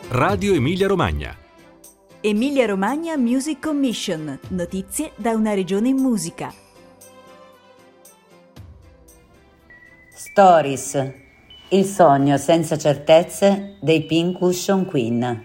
Radio Emilia-Romagna. Emilia-Romagna Music Commission. Notizie da una regione in musica. Stories. Il sogno senza certezze dei Pincushion Queen.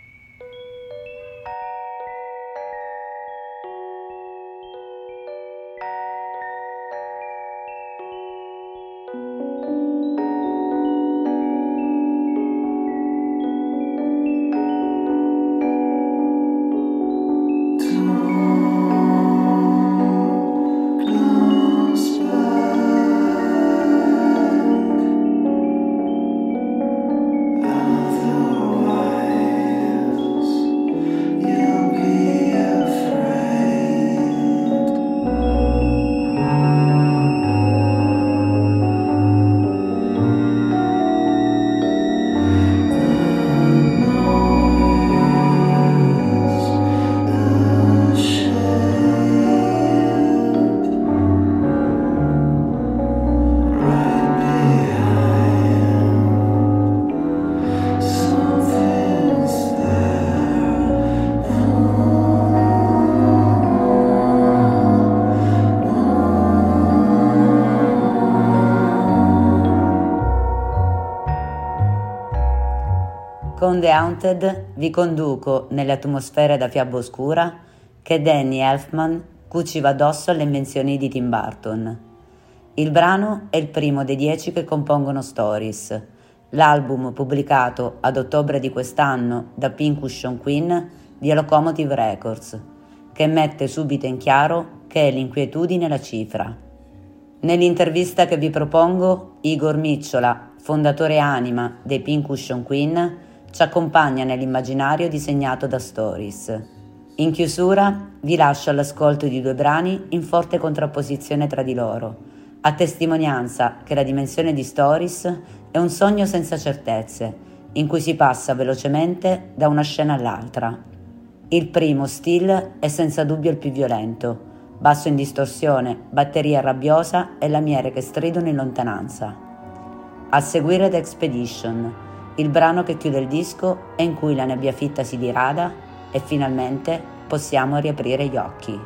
Con The Haunted vi conduco nelle atmosfere da fiaba oscura che Danny Elfman cuciva addosso alle invenzioni di Tim Burton. Il brano è il primo dei 10 che compongono Stories, l'album pubblicato ad ottobre di quest'anno da Pincushion Queen via Locomotive Records, che mette subito in chiaro che è l'inquietudine la cifra. Nell'intervista che vi propongo, Igor Micciola, fondatore anima dei Pincushion Queen, ci accompagna nell'immaginario disegnato da Stories. In chiusura vi lascio all'ascolto di 2 brani in forte contrapposizione tra di loro, a testimonianza che la dimensione di Stories è un sogno senza certezze, in cui si passa velocemente da una scena all'altra. Il primo, Still, è senza dubbio il più violento, basso in distorsione, batteria rabbiosa e lamiere che stridono in lontananza. A seguire The Expedition, il brano che chiude il disco e in cui la nebbia fitta si dirada e finalmente possiamo riaprire gli occhi.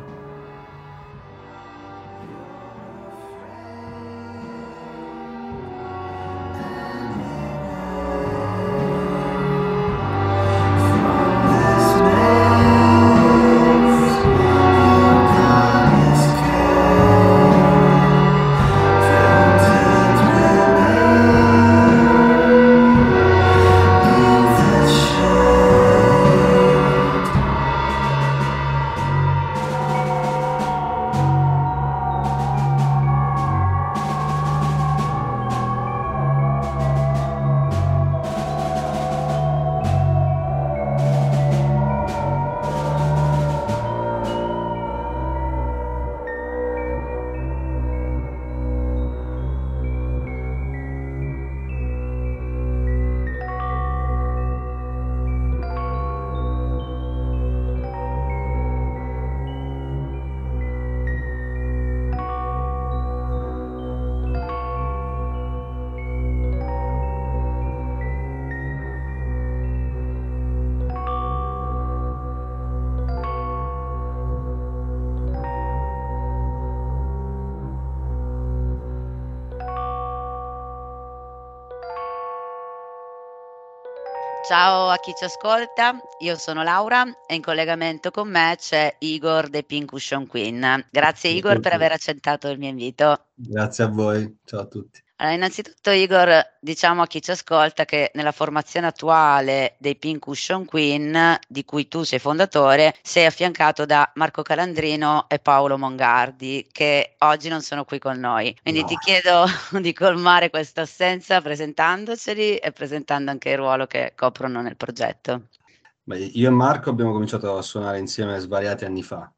Ciao a chi ci ascolta, io sono Laura e in collegamento con me c'è Igor dei Pincushion Queen. Grazie Igor per aver accettato il mio invito. Grazie a voi, ciao a tutti. Allora, innanzitutto Igor, diciamo a chi ci ascolta che nella formazione attuale dei Pincushion Queen, di cui tu sei fondatore, sei affiancato da Marco Calandrino e Paolo Mongardi, che oggi non sono qui con noi. Quindi ti chiedo di colmare questa assenza presentandoceli e presentando anche il ruolo che coprono nel progetto. Beh, io e Marco abbiamo cominciato a suonare insieme svariati anni fa.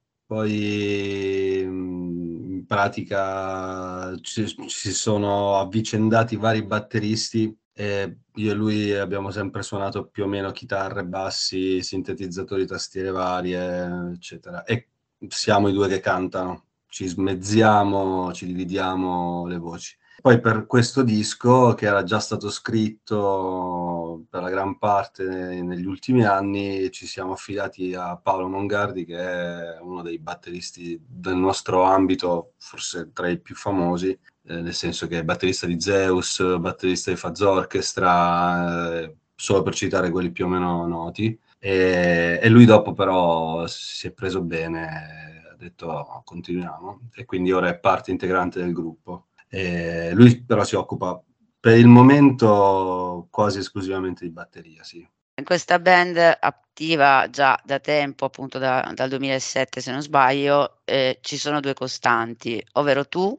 Poi in pratica ci sono avvicendati vari batteristi e io e lui abbiamo sempre suonato più o meno chitarre, bassi, sintetizzatori, tastiere varie, eccetera. E siamo i 2 che cantano, ci smezziamo, ci dividiamo le voci. Poi per questo disco, che era già stato scritto per la gran parte negli ultimi anni ci siamo affidati a Paolo Mongardi, che è uno dei batteristi del nostro ambito, forse tra i più famosi, nel senso che è batterista di Zeus, batterista di Fuzz Orchestra, solo per citare quelli più o meno noti. E lui dopo però si è preso bene, ha detto continuiamo, e quindi ora è parte integrante del gruppo. Lui però si occupa per il momento quasi esclusivamente di batteria, sì. In questa band attiva già da tempo, appunto dal 2007 se non sbaglio, ci sono due costanti, ovvero tu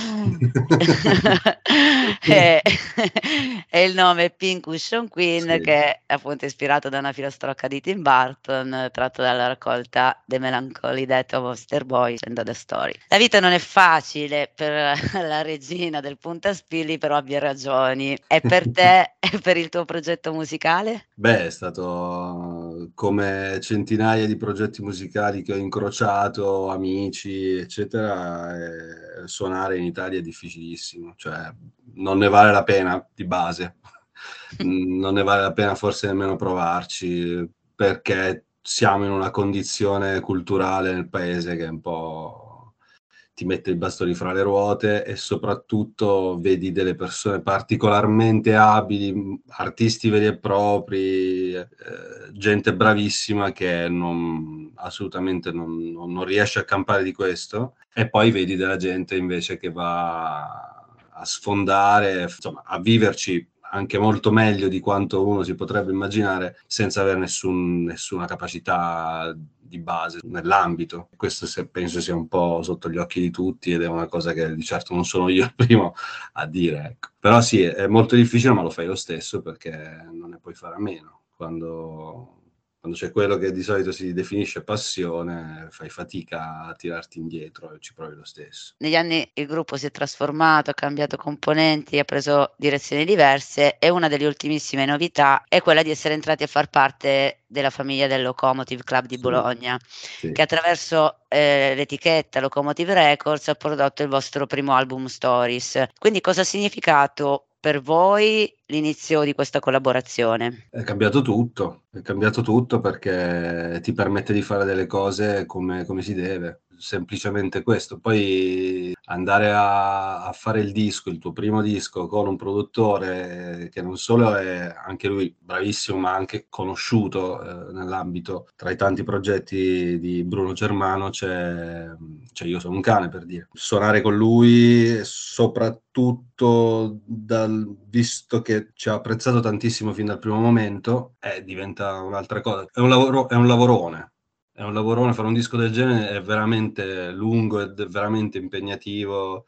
e, e il nome Pincushion Queen, Sì. che è appunto ispirato da una filastrocca di Tim Burton, tratto dalla raccolta The Melancholy Death of Webster Boys and Other Story. La vita non è facile per la regina del puntaspilli, per ovvie ragioni. E per te e per il tuo progetto musicale? Beh, è stato come centinaia di progetti musicali che ho incrociato, amici, eccetera, suonare in Italia è difficilissimo, cioè non ne vale la pena di base, non ne vale la pena forse nemmeno provarci, perché siamo in una condizione culturale nel paese che è un po' ti mette i bastoni fra le ruote, e soprattutto vedi delle persone particolarmente abili, artisti veri e propri, gente bravissima che assolutamente non riesce a campare di questo, e poi vedi della gente invece che va a sfondare, insomma, a viverci anche molto meglio di quanto uno si potrebbe immaginare, senza avere nessuna capacità di base nell'ambito. Questo penso sia un po' sotto gli occhi di tutti, ed è una cosa che di certo non sono io il primo a dire, ecco. Però sì, è molto difficile, ma lo fai lo stesso perché non ne puoi fare a meno. Quando c'è quello che di solito si definisce passione, fai fatica a tirarti indietro e ci provi lo stesso. Negli anni il gruppo si è trasformato, ha cambiato componenti, ha preso direzioni diverse e una delle ultimissime novità è quella di essere entrati a far parte della famiglia del Locomotive Club di Sì, Bologna, sì. che attraverso l'etichetta Locomotive Records ha prodotto il vostro primo album Stories. Quindi cosa ha significato per voi l'inizio di questa collaborazione? È cambiato tutto perché ti permette di fare delle cose come si deve, semplicemente questo. Poi andare a fare il disco, il tuo primo disco, con un produttore che non solo è anche lui bravissimo, ma anche conosciuto nell'ambito, tra i tanti progetti di Bruno Germano c'è Io sono un cane, per dire. Suonare con lui, soprattutto visto che ci ha apprezzato tantissimo fin dal primo momento, diventa un'altra cosa. È un lavorone. È un lavorone, fare un disco del genere è veramente lungo ed è veramente impegnativo.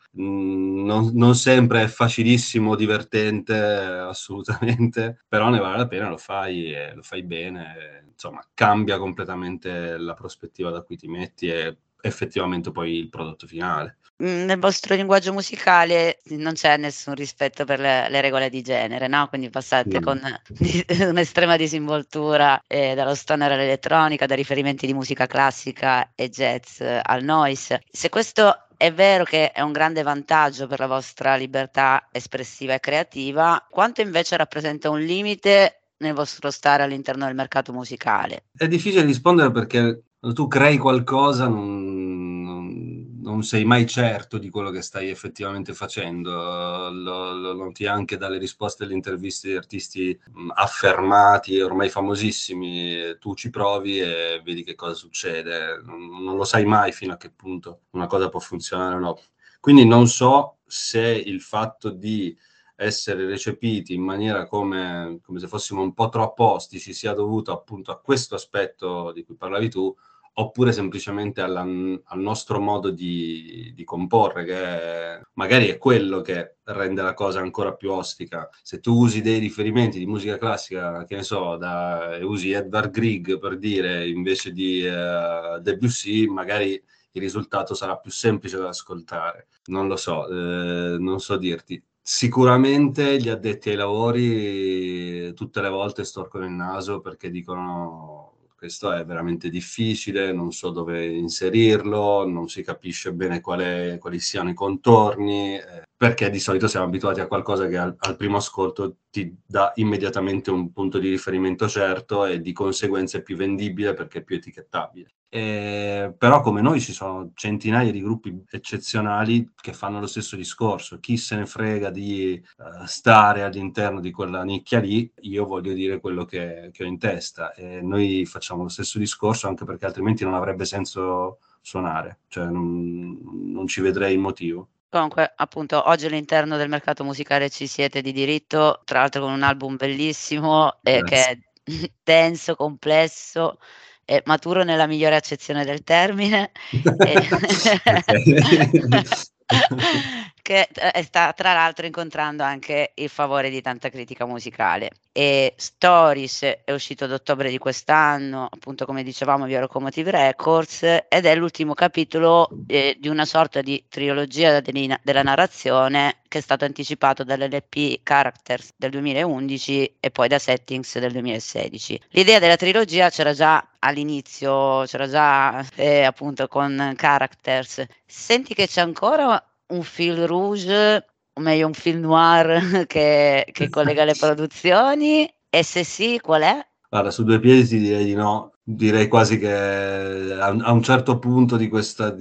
Non sempre è facilissimo, divertente, assolutamente, però ne vale la pena, lo fai e lo fai bene. Insomma, cambia completamente la prospettiva da cui ti metti e effettivamente poi il prodotto finale. Nel vostro linguaggio musicale non c'è nessun rispetto per le regole di genere, no, quindi passate Mm. con un'estrema disinvoltura, dallo stoner all'elettronica, da riferimenti di musica classica e jazz al noise. Se questo è vero che è un grande vantaggio per la vostra libertà espressiva e creativa, quanto invece rappresenta un limite nel vostro stare all'interno del mercato musicale? È difficile rispondere perché quando tu crei qualcosa non sei mai certo di quello che stai effettivamente facendo. Lo noti anche dalle risposte alle interviste di artisti affermati e ormai famosissimi. Tu ci provi e vedi che cosa succede. Non lo sai mai fino a che punto una cosa può funzionare o no. Quindi non so se il fatto di essere recepiti in maniera come se fossimo un po' troppo ostici sia dovuto appunto a questo aspetto di cui parlavi tu, oppure semplicemente al nostro modo di comporre, che magari è quello che rende la cosa ancora più ostica. Se tu usi dei riferimenti di musica classica, che ne so, usi Edvard Grieg per dire, invece di Debussy, magari il risultato sarà più semplice da ascoltare. Non lo so, non so dirti. Sicuramente gli addetti ai lavori tutte le volte storcono il naso perché dicono questo è veramente difficile, non so dove inserirlo, non si capisce bene quali siano i contorni, perché di solito siamo abituati a qualcosa che al primo ascolto ti dà immediatamente un punto di riferimento certo e di conseguenza è più vendibile perché è più etichettabile. Però come noi ci sono centinaia di gruppi eccezionali che fanno lo stesso discorso. Chi se ne frega di stare all'interno di quella nicchia lì, io voglio dire quello che ho in testa, e noi facciamo lo stesso discorso, anche perché altrimenti non avrebbe senso suonare, cioè non ci vedrei il motivo. Comunque, appunto, oggi all'interno del mercato musicale ci siete di diritto, tra l'altro con un album bellissimo, che Grazie. è denso, complesso e maturo nella migliore accezione del termine, e che, sta tra l'altro incontrando anche il favore di tanta critica musicale. E Stories è uscito ad ottobre di quest'anno, appunto come dicevamo via Locomotive Records, ed è l'ultimo capitolo, di una sorta di trilogia della narrazione che è stato anticipato dall'LP Characters del 2011 e poi da Settings del 2016. L'idea della trilogia c'era già all'inizio, c'era già appunto con Characters. Senti che c'è ancora un fil rouge, o meglio un film noir che collega le produzioni? E se sì, qual è? Guarda, su due piedi ti direi di no, direi quasi che a un certo punto di questa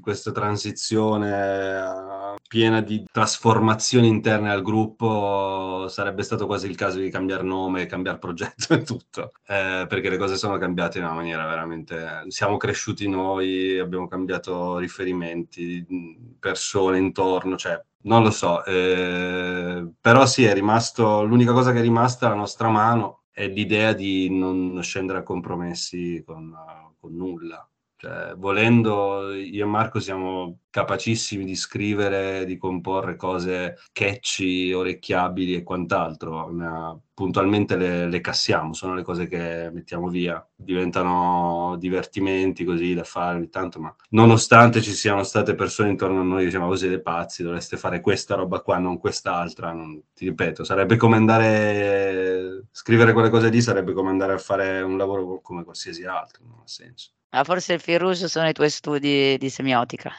transizione piena di trasformazioni interne al gruppo sarebbe stato quasi il caso di cambiare nome, cambiare progetto e tutto, perché le cose sono cambiate in una maniera veramente... Siamo cresciuti noi, abbiamo cambiato riferimenti, persone intorno, cioè... Non lo so, però sì, è rimasto, l'unica cosa che è rimasta è la nostra mano, è l'idea di non scendere a compromessi con nulla. Cioè, volendo, io e Marco siamo capacissimi di scrivere, di comporre cose catchy, orecchiabili e quant'altro, ma puntualmente le cassiamo, sono le cose che mettiamo via, diventano divertimenti così da fare ogni tanto, ma nonostante ci siano state persone intorno a noi che dicevano: voi siete pazzi, dovreste fare questa roba qua, non quest'altra. Ti ripeto, sarebbe come andare, scrivere quelle cose lì sarebbe come andare a fare un lavoro come qualsiasi altro, non ha senso. Ah, forse il fil rouge sono i tuoi studi di semiotica.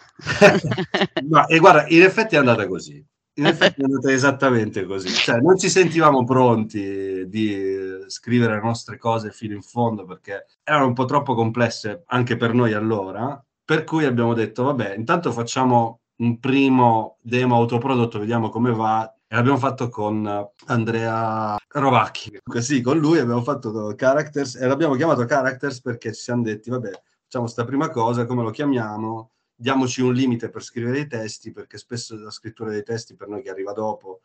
E guarda, in effetti è andata così. In effetti è andata esattamente così. Cioè, non ci sentivamo pronti di scrivere le nostre cose fino in fondo perché erano un po' troppo complesse anche per noi allora, per cui abbiamo detto, vabbè, intanto facciamo un primo demo autoprodotto, vediamo come va. E l'abbiamo fatto con Andrea Rovacchi. Così, con lui abbiamo fatto Characters e l'abbiamo chiamato Characters perché ci siamo detti, vabbè, facciamo sta prima cosa, come lo chiamiamo? Diamoci un limite per scrivere i testi, perché spesso la scrittura dei testi per noi che arriva dopo,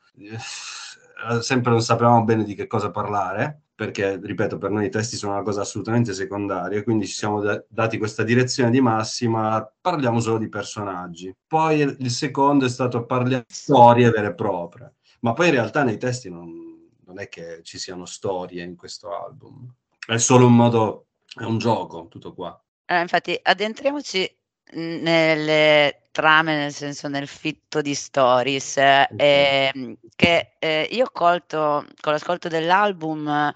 sempre non sapevamo bene di che cosa parlare, perché, ripeto, per noi i testi sono una cosa assolutamente secondaria, quindi ci siamo dati questa direzione di massima, parliamo solo di personaggi. Poi il secondo è stato parliamo di storie vere e proprie, ma poi in realtà nei testi non è che ci siano storie in questo album, è solo un modo, è un gioco, tutto qua. Infatti addentriamoci nelle trame, nel senso nel fitto di Stories, che, io ho colto con l'ascolto dell'album,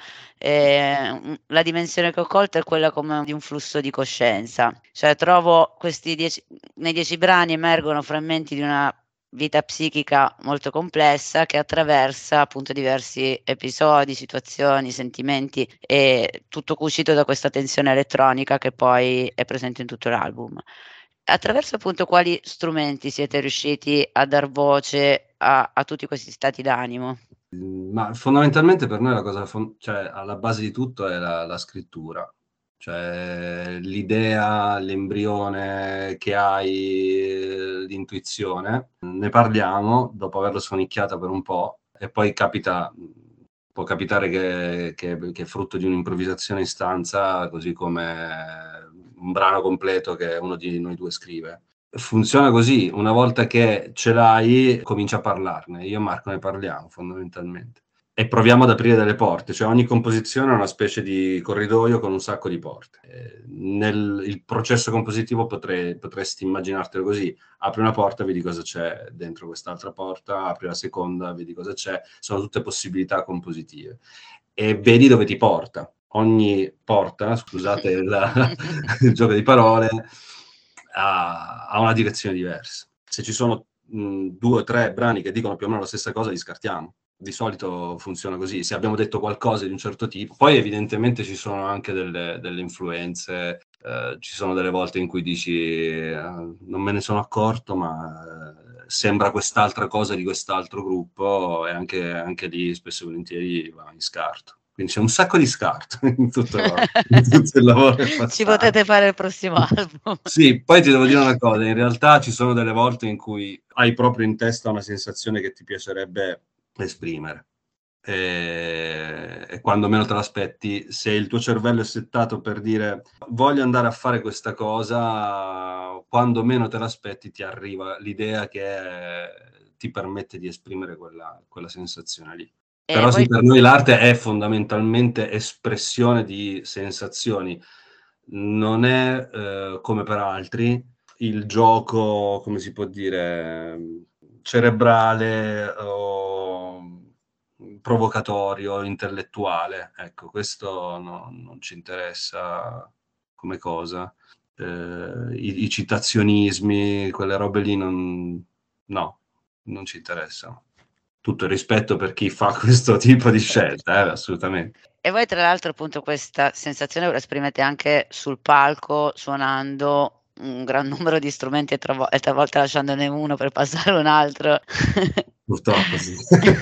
la dimensione che ho colto è quella come di un flusso di coscienza. Cioè trovo questi nei 10 brani emergono frammenti di una vita psichica molto complessa che attraversa appunto diversi episodi, situazioni, sentimenti e tutto cucito da questa tensione elettronica che poi è presente in tutto l'album. Attraverso appunto quali strumenti siete riusciti a dar voce a tutti questi stati d'animo? Ma fondamentalmente per noi la cosa, cioè alla base di tutto è la scrittura, cioè l'idea, l'embrione che hai, l'intuizione, ne parliamo dopo averlo sonicchiata per un po' e poi può capitare che è frutto di un'improvvisazione in stanza, così come un brano completo che uno di noi due scrive. Funziona così, una volta che ce l'hai, comincia a parlarne. Io e Marco ne parliamo fondamentalmente. E proviamo ad aprire delle porte, cioè ogni composizione è una specie di corridoio con un sacco di porte. Il processo compositivo potresti immaginartelo così: apri una porta, vedi cosa c'è dentro quest'altra porta, apri la seconda, vedi cosa c'è, sono tutte possibilità compositive. E vedi dove ti porta. Ogni porta, scusate il gioco di parole, ha una direzione diversa. Se ci sono 2 o 3 brani che dicono più o meno la stessa cosa, li scartiamo. di solito funziona così. Se abbiamo detto qualcosa di un certo tipo, poi evidentemente ci sono anche delle influenze, ci sono delle volte in cui dici non me ne sono accorto, ma sembra quest'altra cosa di quest'altro gruppo, e anche lì spesso e volentieri va in scarto. Quindi c'è un sacco di scarto in tutto il lavoro che Ci facciamo. potete fare il prossimo album. Sì, poi ti devo dire una cosa, in realtà ci sono delle volte in cui hai proprio in testa una sensazione che ti piacerebbe esprimere. E quando meno te l'aspetti, se il tuo cervello è settato per dire voglio andare a fare questa cosa, quando meno te l'aspetti ti arriva l'idea che ti permette di esprimere quella sensazione lì. E Però sì, poi per noi l'arte è fondamentalmente espressione di sensazioni, non è come per altri il gioco, come si può dire, cerebrale o provocatorio, intellettuale. Ecco, questo non ci interessa come cosa. I citazionismi, quelle robe lì no, non ci interessano. Tutto il rispetto per chi fa questo tipo di scelta, assolutamente. E voi tra l'altro appunto questa sensazione lo esprimete anche sul palco suonando un gran numero di strumenti e talvolta lasciandone uno per passare un altro. Purtroppo sì.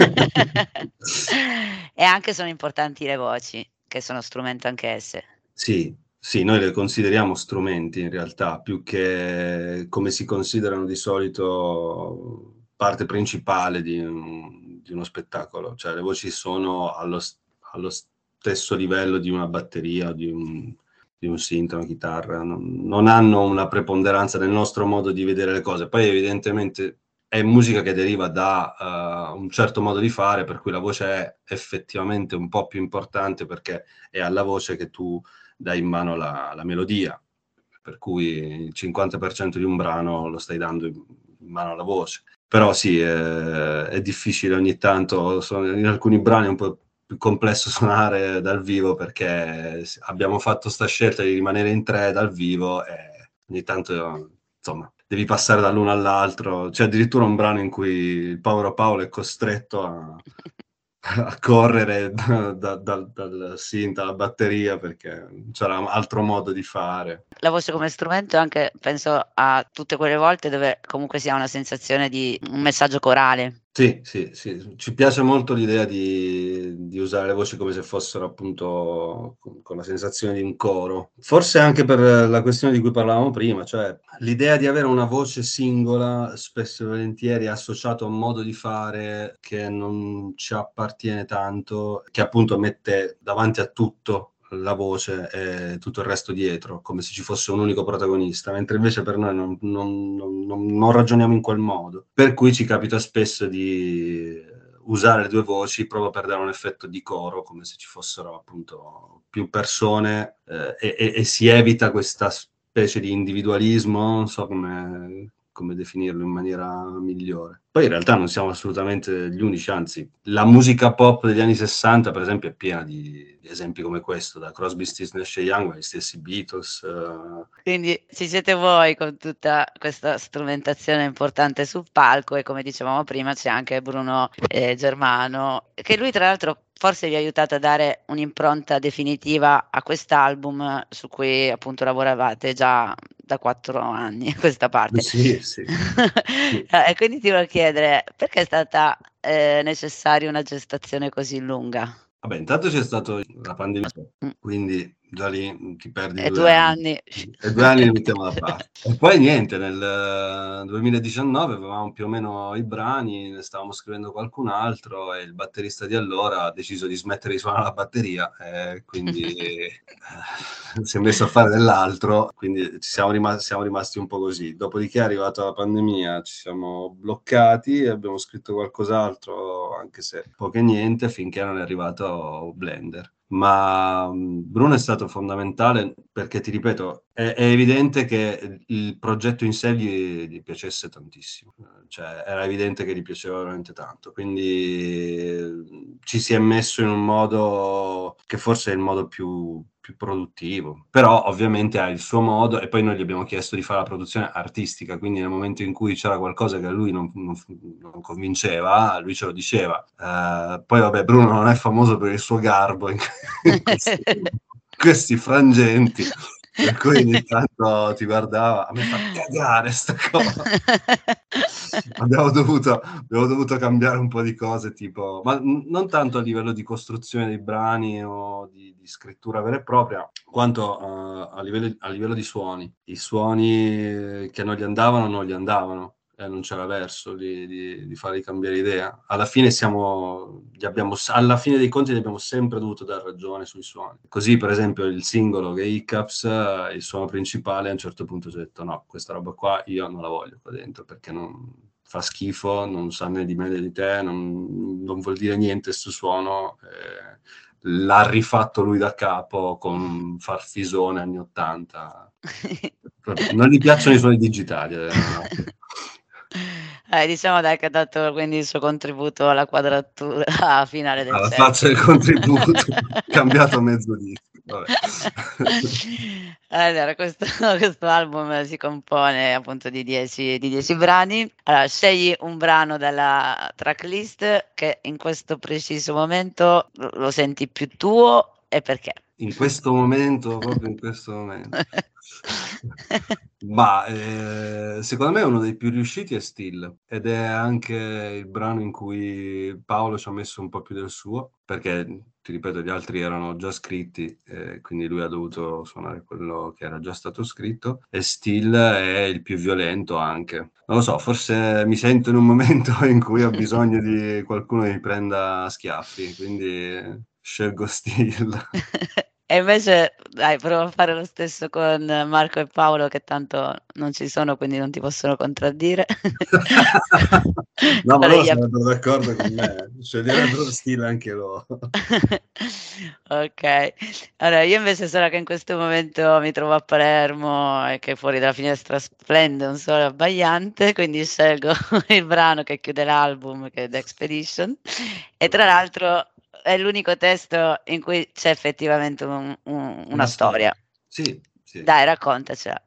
E anche sono importanti le voci, che sono strumento anch'esse. Sì, sì, noi le consideriamo strumenti in realtà, più che come si considerano di solito parte principale di uno spettacolo. Cioè le voci sono allo stesso livello di una batteria, di un synth, una chitarra, non hanno una preponderanza nel nostro modo di vedere le cose. Poi evidentemente è musica che deriva da un certo modo di fare, per cui la voce è effettivamente un po' più importante, perché è alla voce che tu dai in mano la melodia, per cui il 50% di un brano lo stai dando in mano alla voce. Però sì, è difficile ogni tanto, in alcuni brani è un po' più complesso suonare dal vivo, perché abbiamo fatto sta scelta di rimanere in tre dal vivo e ogni tanto, insomma, devi passare dall'uno all'altro. C'è addirittura un brano in cui il povero Paolo è costretto a correre dal synth alla batteria perché c'era altro modo di fare. La voce come strumento anche penso a tutte quelle volte dove comunque si ha una sensazione di un messaggio corale. Sì, sì, sì, ci piace molto l'idea di usare le voci come se fossero appunto con la sensazione di un coro. Forse anche per la questione di cui parlavamo prima, cioè l'idea di avere una voce singola, spesso e volentieri associato a un modo di fare che non ci appartiene tanto, che appunto mette davanti a tutto la voce e tutto il resto dietro, come se ci fosse un unico protagonista, mentre invece per noi non ragioniamo in quel modo. Per cui ci capita spesso di usare le due voci proprio per dare un effetto di coro, come se ci fossero appunto più persone, e si evita questa specie di individualismo, non so come definirlo in maniera migliore. Poi in realtà non siamo assolutamente gli unici, anzi, la musica pop degli anni 60, per esempio, è piena di esempi come questo, da Crosby, Stills, Nash & Young, agli stessi Beatles. Quindi ci siete voi con tutta questa strumentazione importante sul palco e come dicevamo prima c'è anche Bruno Germano, che lui tra l'altro forse vi ha aiutato a dare un'impronta definitiva a quest'album su cui appunto lavoravate già da 4 anni a questa parte. Sì, sì. E quindi ti volevo chiedere, perché è stata necessaria una gestazione così lunga? Vabbè, intanto c'è stata la pandemia, Mh. quindi già lì ti perdi E 2 2 anni. anni. E 2 anni li mettiamo da parte. E poi niente, nel 2019 avevamo più o meno i brani, ne stavamo scrivendo qualcun altro e il batterista di allora ha deciso di smettere di suonare la batteria, e quindi si è messo a fare dell'altro, quindi siamo rimasti un po' così. Dopodiché è arrivata la pandemia, ci siamo bloccati e abbiamo scritto qualcos'altro, anche se poco e niente, finché non è arrivato Blender. Ma Bruno è stato fondamentale perché, ti ripeto, è evidente che il progetto in sé gli piacesse tantissimo, cioè era evidente che gli piaceva veramente tanto, quindi ci si è messo in un modo che forse è il modo più produttivo, però ovviamente ha il suo modo, e poi noi gli abbiamo chiesto di fare la produzione artistica, quindi nel momento in cui c'era qualcosa che a lui non convinceva, lui ce lo diceva. Poi vabbè, Bruno non è famoso per il suo garbo in questi frangenti, per cui ogni tanto ti guardava, a me fa cagare sta cosa. Abbiamo dovuto cambiare un po' di cose, tipo, ma non tanto a livello di costruzione dei brani o di scrittura vera e propria, quanto a livello di suoni. I suoni che non gli andavano. Non c'era verso di fargli cambiare idea. Alla fine alla fine dei conti gli abbiamo sempre dovuto dare ragione sui suoni. Così, per esempio, il singolo che è Hiccups, il suono principale, a un certo punto ci ho detto no, questa roba qua io non la voglio qua dentro, perché non fa schifo, non sa né di me né di te, non vuol dire niente sto suono. L'ha rifatto lui da capo con un farfisone anni 80. Non gli piacciono i suoni digitali. Diciamo dai che ha dato quindi il suo contributo alla quadratura finale del Alla faccia del cerchio. contributo, cambiato mezzo disco. Vabbè. Allora, questo album si compone appunto di 10 brani. Allora, scegli un brano dalla tracklist che in questo preciso momento lo senti più tuo e perché? In questo momento, proprio in questo momento. Ma secondo me uno dei più riusciti è Still, ed è anche il brano in cui Paolo ci ha messo un po' più del suo, perché ti ripeto, gli altri erano già scritti, quindi lui ha dovuto suonare quello che era già stato scritto, e Still è il più violento anche. Non lo so, forse mi sento in un momento in cui ho bisogno di qualcuno che mi prenda a schiaffi, quindi scelgo Still. E invece, dai, provo a fare lo stesso con Marco e Paolo, che tanto non ci sono, quindi non ti possono contraddire. No, ma Allora, loro sarebbero d'accordo con me, sceglierebbero Still anche loro. Okay. Allora, io invece sarà che in questo momento mi trovo a Palermo e che fuori dalla finestra splende un sole abbagliante, quindi scelgo il brano che chiude l'album, che è The Expedition, e tra l'altro è l'unico testo in cui c'è effettivamente una Una storia. storia. Sì, sì. Dai, raccontacela.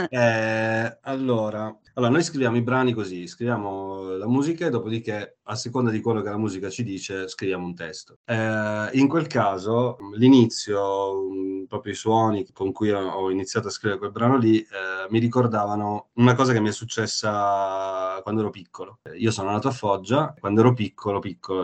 Allora, noi scriviamo i brani così, scriviamo la musica e dopodiché, a seconda di quello che la musica ci dice, scriviamo un testo. In quel caso, l'inizio, proprio i suoni con cui ho iniziato a scrivere quel brano lì, mi ricordavano una cosa che mi è successa quando ero piccolo. Io sono nato a Foggia, quando ero piccolo,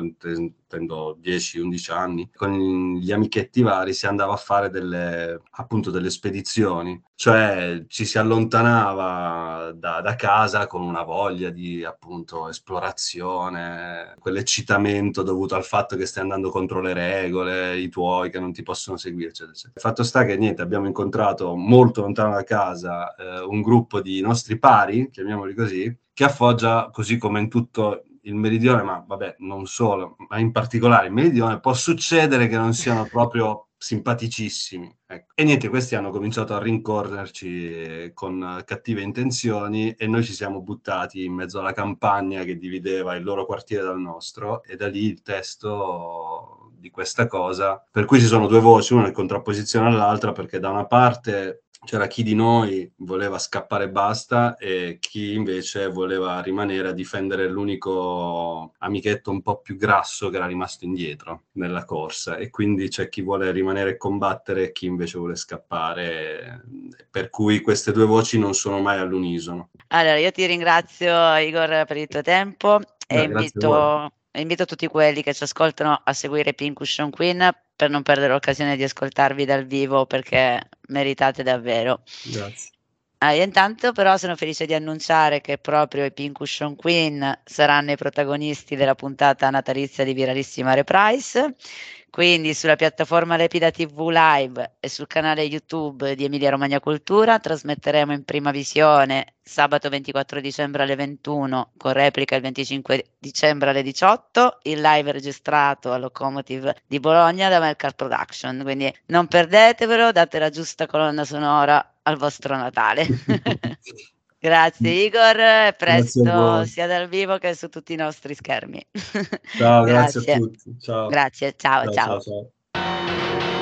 intendo 10-11 anni, con gli amichetti vari si andava a fare delle spedizioni, cioè ci si allontanava da casa con una voglia di appunto esplorazione, quell'eccitamento dovuto al fatto che stai andando contro le regole, i tuoi che non ti possono seguire, eccetera, eccetera. Il fatto sta che niente, abbiamo incontrato molto lontano da casa un gruppo di nostri pari, chiamiamoli così, che a Foggia, così come in tutto il meridione, ma vabbè, non solo, ma in particolare il meridione, può succedere che non siano proprio simpaticissimi. Ecco. E niente, questi hanno cominciato a rincorrerci con cattive intenzioni e noi ci siamo buttati in mezzo alla campagna che divideva il loro quartiere dal nostro, e da lì il testo di questa cosa, per cui ci sono due voci, una in contrapposizione all'altra, perché da una parte c'era chi di noi voleva scappare e basta e chi invece voleva rimanere a difendere l'unico amichetto un po' più grasso che era rimasto indietro nella corsa, e quindi c'è chi vuole rimanere e combattere e chi invece vuole scappare, per cui queste due voci non sono mai all'unisono. Allora, io ti ringrazio Igor per il tuo tempo e Grazie a voi. invito tutti quelli che ci ascoltano a seguire Pincushion Queen per non perdere l'occasione di ascoltarvi dal vivo, perché meritate davvero. Grazie. Io intanto però sono felice di annunciare che proprio i Pincushion Queen saranno i protagonisti della puntata natalizia di Viralissima Reprise, quindi sulla piattaforma Lepida TV Live e sul canale YouTube di Emilia Romagna Cultura trasmetteremo in prima visione sabato 24 dicembre alle 21, con replica il 25 dicembre alle 18, il live registrato al Locomotive di Bologna da Melcar Production, quindi non perdetevelo, date la giusta colonna sonora al vostro Natale. Grazie Igor, e Grazie a presto voi. sia dal vivo che su tutti i nostri schermi. Ciao, grazie a Grazie. tutti. Ciao. Grazie, ciao, Ciao, ciao. ciao, ciao.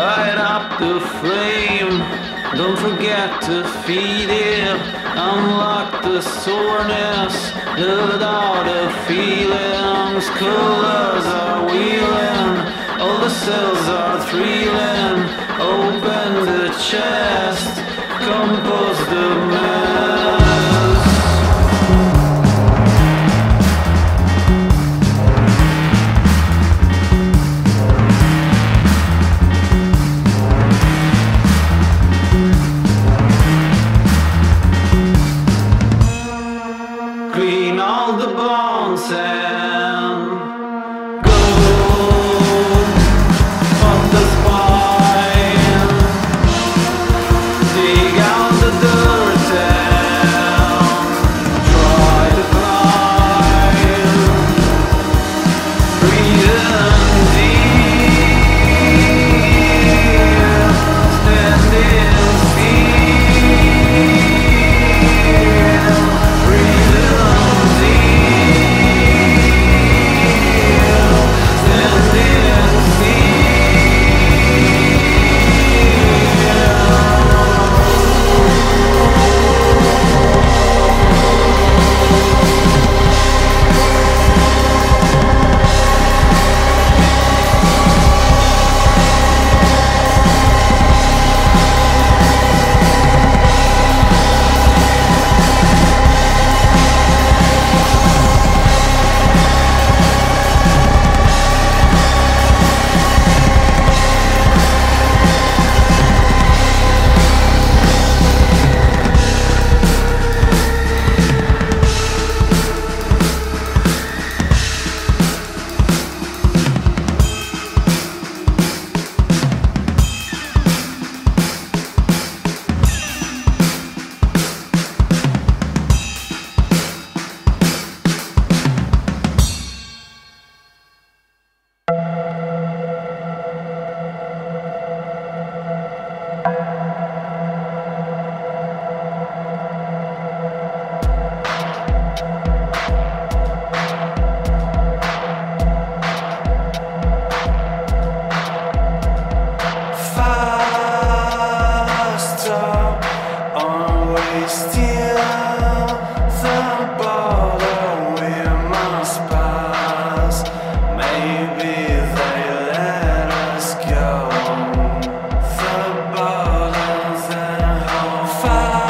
light up the flame. Don't forget to feed it. Unlock the soreness. Let out the feelings. Colors are wheeling. All the cells are thrilling. Open the chest. Compose the mess. Clean all the bones and go up the spine. Dig out the dirt and try to climb. Breathe in deep, standing still. Breathe in fire.